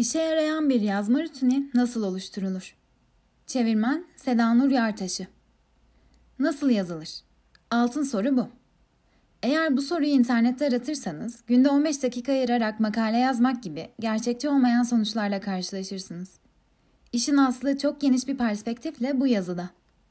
İşe yarayan bir yazma rutini nasıl oluşturulur? Çevirmen Seda Nur Yartaşı. Nasıl yazılır? Altın soru bu. Eğer bu soruyu internette aratırsanız, günde 15 dakika ayırarak makale yazmak gibi gerçekçi olmayan sonuçlarla karşılaşırsınız. İşin aslı çok geniş bir perspektifle bu yazıda.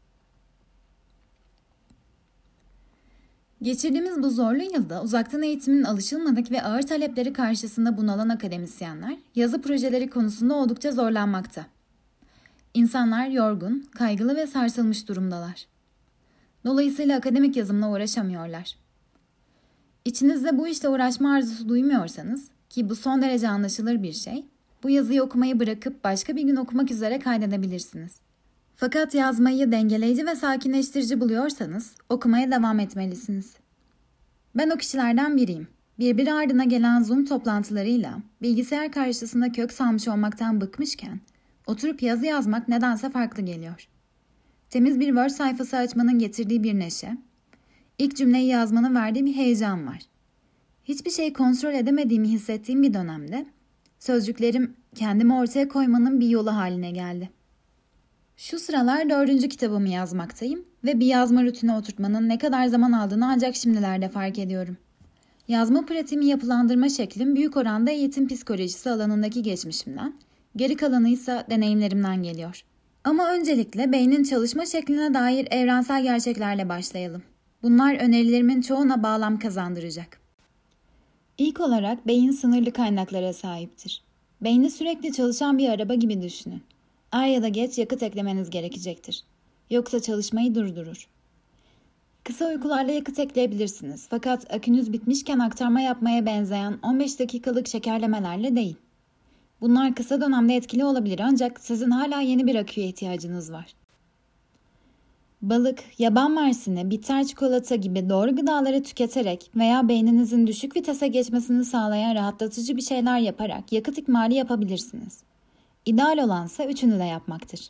Geçirdiğimiz bu zorlu yılda uzaktan eğitimin alışılmadık ve ağır talepleri karşısında bunalan akademisyenler, yazı projeleri konusunda oldukça zorlanmakta. İnsanlar yorgun, kaygılı ve sarsılmış durumdalar. Dolayısıyla akademik yazımla uğraşamıyorlar. İçinizde bu işle uğraşma arzusu duymuyorsanız, ki bu son derece anlaşılır bir şey, bu yazıyı okumayı bırakıp başka bir gün okumak üzere kaydedebilirsiniz. Fakat yazmayı dengeleyici ve sakinleştirici buluyorsanız okumaya devam etmelisiniz. Ben o kişilerden biriyim. Birbiri ardına gelen Zoom toplantılarıyla bilgisayar karşısında kök salmış olmaktan bıkmışken oturup yazı yazmak nedense farklı geliyor. Temiz bir Word sayfası açmanın getirdiği bir neşe, ilk cümleyi yazmanın verdiği bir heyecan var. Hiçbir şey kontrol edemediğimi hissettiğim bir dönemde sözcüklerim kendimi ortaya koymanın bir yolu haline geldi. Şu sıralar 4. kitabımı yazmaktayım ve bir yazma rutine oturtmanın ne kadar zaman aldığını ancak şimdilerde fark ediyorum. Yazma pratiğimi yapılandırma şeklim büyük oranda eğitim psikolojisi alanındaki geçmişimden, geri kalanı ise deneyimlerimden geliyor. Ama öncelikle beynin çalışma şekline dair evrensel gerçeklerle başlayalım. Bunlar önerilerimin çoğuna bağlam kazandıracak. İlk olarak beyin sınırlı kaynaklara sahiptir. Beyni sürekli çalışan bir araba gibi düşünün. Er ya da geç yakıt eklemeniz gerekecektir. Yoksa çalışmayı durdurur. Kısa uykularla yakıt ekleyebilirsiniz. Fakat akünüz bitmişken aktarma yapmaya benzeyen 15 dakikalık şekerlemelerle değil. Bunlar kısa dönemde etkili olabilir ancak sizin hala yeni bir aküye ihtiyacınız var. Balık, yaban mersini, bitter çikolata gibi doğru gıdaları tüketerek veya beyninizin düşük vitese geçmesini sağlayan rahatlatıcı bir şeyler yaparak yakıt ikmali yapabilirsiniz. İdeal olansa üçünü de yapmaktır.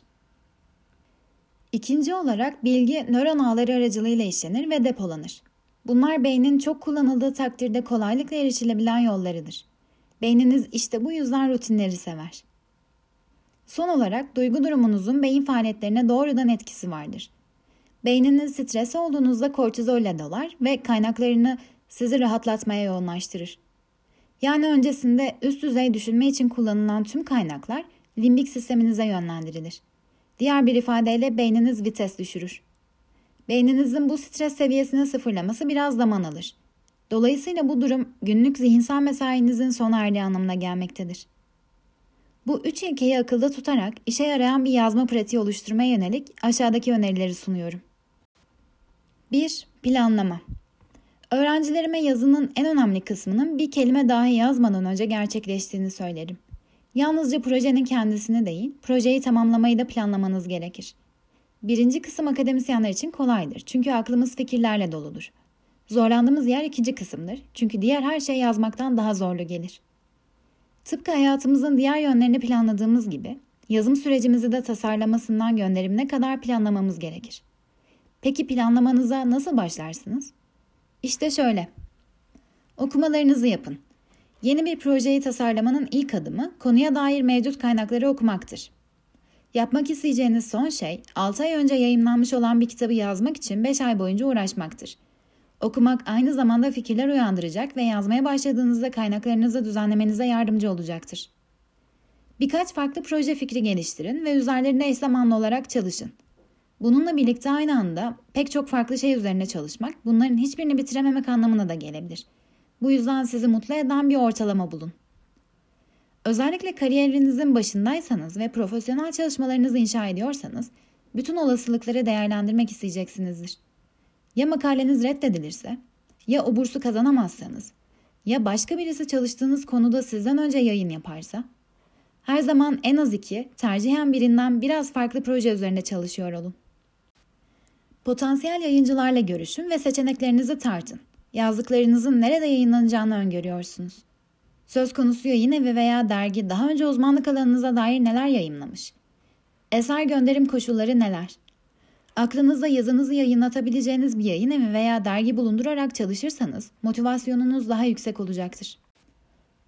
İkinci olarak bilgi nöron ağları aracılığıyla işlenir ve depolanır. Bunlar beynin çok kullanıldığı takdirde kolaylıkla erişilebilen yollarıdır. Beyniniz işte bu yüzden rutinleri sever. Son olarak duygu durumunuzun beyin faaliyetlerine doğrudan etkisi vardır. Beyniniz stres olduğunuzda kortizolle dolar ve kaynaklarını sizi rahatlatmaya yoğunlaştırır. Yani öncesinde üst düzey düşünme için kullanılan tüm kaynaklar limbik sisteminize yönlendirilir. Diğer bir ifadeyle beyniniz vites düşürür. Beyninizin bu stres seviyesini sıfırlaması biraz zaman alır. Dolayısıyla bu durum günlük zihinsel mesainizin sona erdiği anlamına gelmektedir. Bu üç ilkeyi akılda tutarak işe yarayan bir yazma pratiği oluşturmaya yönelik aşağıdaki önerileri sunuyorum. 1. Planlama. Öğrencilerime yazının en önemli kısmının bir kelime dahi yazmadan önce gerçekleştiğini söylerim. Yalnızca projenin kendisini değil, projeyi tamamlamayı da planlamanız gerekir. Birinci kısım akademisyenler için kolaydır çünkü aklımız fikirlerle doludur. Zorlandığımız yer ikinci kısımdır çünkü diğer her şey yazmaktan daha zorlu gelir. Tıpkı hayatımızın diğer yönlerini planladığımız gibi, yazım sürecimizi de tasarlamasından gönderimine kadar planlamamız gerekir. Peki planlamanıza nasıl başlarsınız? İşte şöyle. Okumalarınızı yapın. Yeni bir projeyi tasarlamanın ilk adımı konuya dair mevcut kaynakları okumaktır. Yapmak isteyeceğiniz son şey 6 ay önce yayımlanmış olan bir kitabı yazmak için 5 ay boyunca uğraşmaktır. Okumak aynı zamanda fikirler uyandıracak ve yazmaya başladığınızda kaynaklarınızı düzenlemenize yardımcı olacaktır. Birkaç farklı proje fikri geliştirin ve üzerlerine eş zamanlı olarak çalışın. Bununla birlikte aynı anda pek çok farklı şey üzerine çalışmak bunların hiçbirini bitirememek anlamına da gelebilir. Bu yüzden sizi mutlu eden bir ortalama bulun. Özellikle kariyerinizin başındaysanız ve profesyonel çalışmalarınızı inşa ediyorsanız bütün olasılıkları değerlendirmek isteyeceksinizdir. Ya makaleniz reddedilirse, ya o bursu kazanamazsanız, ya başka birisi çalıştığınız konuda sizden önce yayın yaparsa, her zaman en az 2, tercihen birinden biraz farklı proje üzerinde çalışıyor olun. Potansiyel yayıncılarla görüşün ve seçeneklerinizi tartın. Yazdıklarınızın nerede yayınlanacağını öngörüyorsunuz. Söz konusu yayın evi veya dergi daha önce uzmanlık alanınıza dair neler yayımlamış? Eser gönderim koşulları neler? Aklınızda yazınızı yayınlatabileceğiniz bir yayın evi veya dergi bulundurarak çalışırsanız motivasyonunuz daha yüksek olacaktır.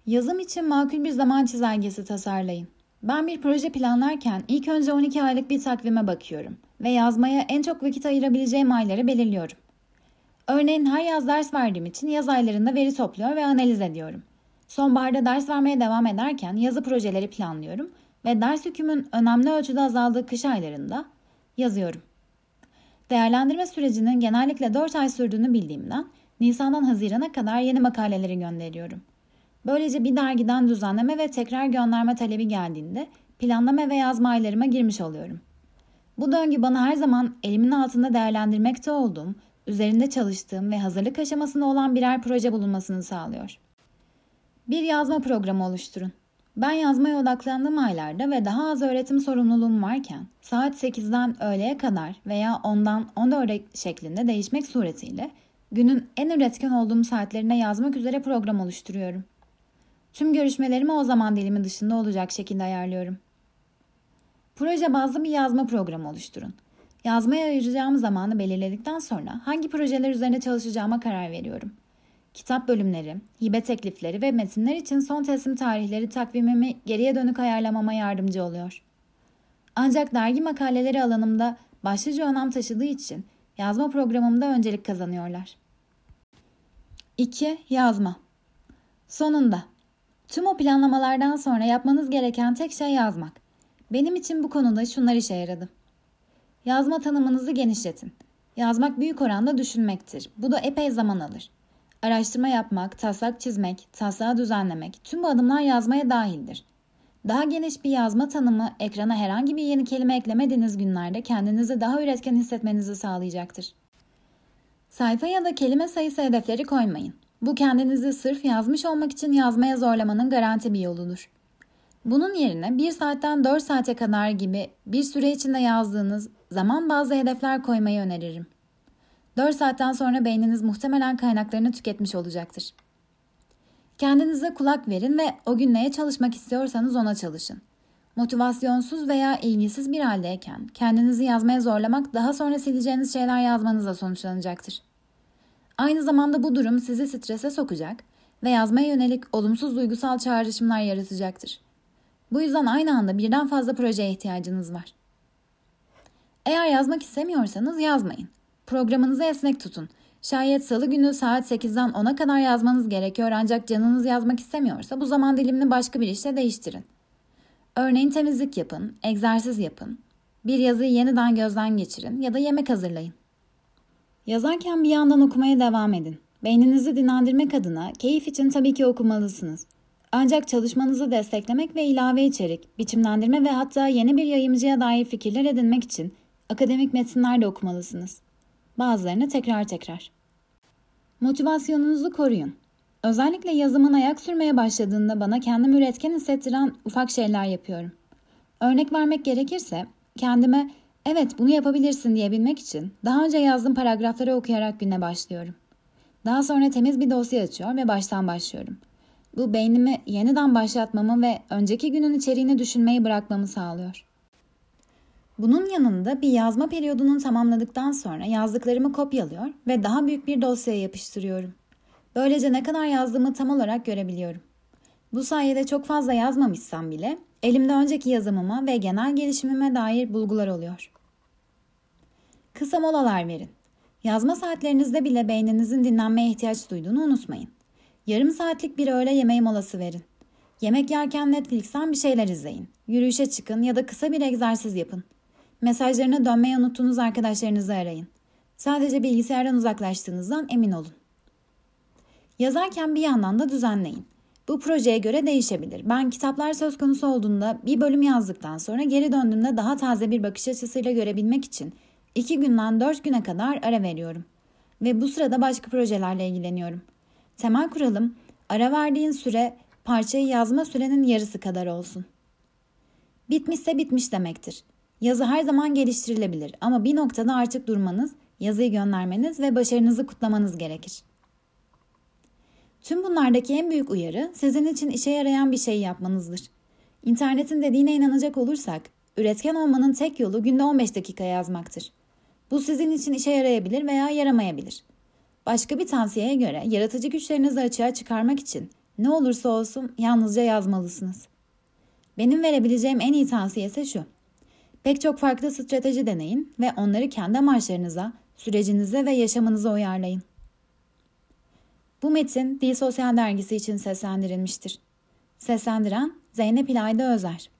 Yazım için makul bir zaman çizelgesi tasarlayın. Ben bir proje planlarken ilk önce 12 aylık bir takvime bakıyorum ve yazmaya en çok vakit ayırabileceğim ayları belirliyorum. Örneğin her yaz ders verdiğim için yaz aylarında veri topluyor ve analiz ediyorum. Sonbaharda ders vermeye devam ederken yazı projeleri planlıyorum ve ders yükümün önemli ölçüde azaldığı kış aylarında yazıyorum. Değerlendirme sürecinin genellikle 4 ay sürdüğünü bildiğimden Nisan'dan Haziran'a kadar yeni makaleleri gönderiyorum. Böylece bir dergiden düzenleme ve tekrar gönderme talebi geldiğinde planlama ve yazma aylarıma girmiş oluyorum. Bu döngü bana her zaman elimin altında değerlendirmekte olduğum, üzerinde çalıştığım ve hazırlık aşamasında olan birer proje bulunmasını sağlıyor. Bir yazma programı oluşturun. Ben yazmaya odaklandığım aylarda ve daha az öğretim sorumluluğum varken saat 8'den öğleye kadar veya 10'dan 14'e şeklinde değişmek suretiyle günün en üretken olduğum saatlerinde yazmak üzere program oluşturuyorum. Tüm görüşmelerimi o zaman dilimi dışında olacak şekilde ayarlıyorum. Proje bazlı bir yazma programı oluşturun. Yazmaya ayıracağım zamanı belirledikten sonra hangi projeler üzerine çalışacağıma karar veriyorum. Kitap bölümleri, hibe teklifleri ve metinler için son teslim tarihleri takvimimi geriye dönük ayarlamama yardımcı oluyor. Ancak dergi makaleleri alanımda başlıca önem taşıdığı için yazma programımda öncelik kazanıyorlar. 2. Yazma. Sonunda. Tüm o planlamalardan sonra yapmanız gereken tek şey yazmak. Benim için bu konuda şunlar işe yaradı. Yazma tanımınızı genişletin. Yazmak büyük oranda düşünmektir. Bu da epey zaman alır. Araştırma yapmak, taslak çizmek, taslağı düzenlemek, tüm bu adımlar yazmaya dahildir. Daha geniş bir yazma tanımı ekrana herhangi bir yeni kelime eklemediğiniz günlerde kendinizi daha üretken hissetmenizi sağlayacaktır. Sayfa ya da kelime sayısı hedefleri koymayın. Bu kendinizi sırf yazmış olmak için yazmaya zorlamanın garanti bir yoludur. Bunun yerine 1 saatten 4 saate kadar gibi bir süre içinde yazdığınız zaman bazlı hedefler koymayı öneririm. 4 saatten sonra beyniniz muhtemelen kaynaklarını tüketmiş olacaktır. Kendinize kulak verin ve o gün neye çalışmak istiyorsanız ona çalışın. Motivasyonsuz veya ilgisiz bir haldeyken kendinizi yazmaya zorlamak daha sonra sileceğiniz şeyler yazmanızla sonuçlanacaktır. Aynı zamanda bu durum sizi strese sokacak ve yazmaya yönelik olumsuz duygusal çağrışımlar yaratacaktır. Bu yüzden aynı anda birden fazla projeye ihtiyacınız var. Eğer yazmak istemiyorsanız yazmayın. Programınızı esnek tutun. Şayet salı günü saat 8'den 10'a kadar yazmanız gerekiyor ancak canınız yazmak istemiyorsa bu zaman dilimini başka bir işle değiştirin. Örneğin temizlik yapın, egzersiz yapın, bir yazıyı yeniden gözden geçirin ya da yemek hazırlayın. Yazarken bir yandan okumaya devam edin. Beyninizi dinlendirmek adına keyif için tabii ki okumalısınız. Ancak çalışmanızı desteklemek ve ilave içerik, biçimlendirme ve hatta yeni bir yayımcıya dair fikirler edinmek için akademik metinler de okumalısınız. Bazılarını tekrar. Motivasyonunuzu koruyun. Özellikle yazımın ayak sürmeye başladığında bana kendimi üretken hissettiren ufak şeyler yapıyorum. Örnek vermek gerekirse kendime evet bunu yapabilirsin diyebilmek için daha önce yazdığım paragrafları okuyarak güne başlıyorum. Daha sonra temiz bir dosya açıyor ve baştan başlıyorum. Bu beynimi yeniden başlatmamı ve önceki günün içeriğini düşünmeyi bırakmamı sağlıyor. Bunun yanında bir yazma periyodunu tamamladıktan sonra yazdıklarımı kopyalıyor ve daha büyük bir dosyaya yapıştırıyorum. Böylece ne kadar yazdığımı tam olarak görebiliyorum. Bu sayede çok fazla yazmamışsam bile elimde önceki yazımıma ve genel gelişimime dair bulgular oluyor. Kısa molalar verin. Yazma saatlerinizde bile beyninizin dinlenmeye ihtiyaç duyduğunu unutmayın. Yarım saatlik bir öğle yemeği molası verin. Yemek yerken Netflix'ten bir şeyler izleyin. Yürüyüşe çıkın ya da kısa bir egzersiz yapın. Mesajlarına dönmeyi unuttuğunuz arkadaşlarınızı arayın. Sadece bilgisayardan uzaklaştığınızdan emin olun. Yazarken bir yandan da düzenleyin. Bu projeye göre değişebilir. Ben kitaplar söz konusu olduğunda bir bölüm yazdıktan sonra geri döndüğümde daha taze bir bakış açısıyla görebilmek için 2 günden 4 güne kadar ara veriyorum. Ve bu sırada başka projelerle ilgileniyorum. Temel kuralım, ara verdiğin süre parçayı yazma sürenin yarısı kadar olsun. Bitmişse bitmiş demektir. Yazı her zaman geliştirilebilir ama bir noktada artık durmanız, yazıyı göndermeniz ve başarınızı kutlamanız gerekir. Tüm bunlardaki en büyük uyarı sizin için işe yarayan bir şey yapmanızdır. İnternetin dediğine inanacak olursak, üretken olmanın tek yolu günde 15 dakika yazmaktır. Bu sizin için işe yarayabilir veya yaramayabilir. Başka bir tavsiyeye göre yaratıcı güçlerinizi açığa çıkarmak için Ne olursa olsun yalnızca yazmalısınız. Benim verebileceğim en iyi tavsiye ise şu. Pek çok farklı strateji deneyin ve onları kendi amaçlarınıza, sürecinize ve yaşamınıza uyarlayın. Bu metin Dil Sosyal Dergisi için seslendirilmiştir. Seslendiren Zeynep İlayda Özer.